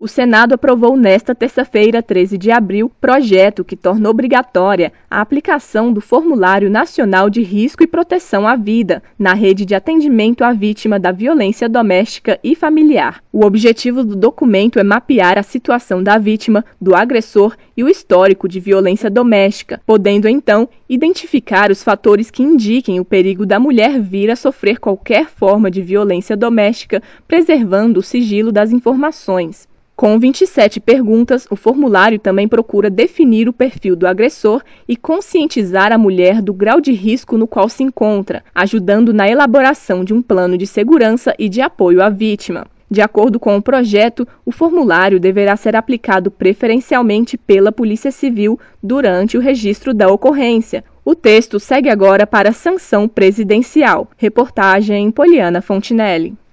O Senado aprovou nesta terça-feira, 13 de abril, projeto que torna obrigatória a aplicação do Formulário Nacional de Risco e Proteção à Vida na rede de atendimento à vítima da violência doméstica e familiar. O objetivo do documento é mapear a situação da vítima, do agressor e o histórico de violência doméstica, podendo então identificar os fatores que indiquem o perigo da mulher vir a sofrer qualquer forma de violência doméstica, preservando o sigilo das informações. Com 27 perguntas, o formulário também procura definir o perfil do agressor e conscientizar a mulher do grau de risco no qual se encontra, ajudando na elaboração de um plano de segurança e de apoio à vítima. De acordo com o projeto, o formulário deverá ser aplicado preferencialmente pela Polícia Civil durante o registro da ocorrência. O texto segue agora para a sanção presidencial. Reportagem Poliana Fontinelli.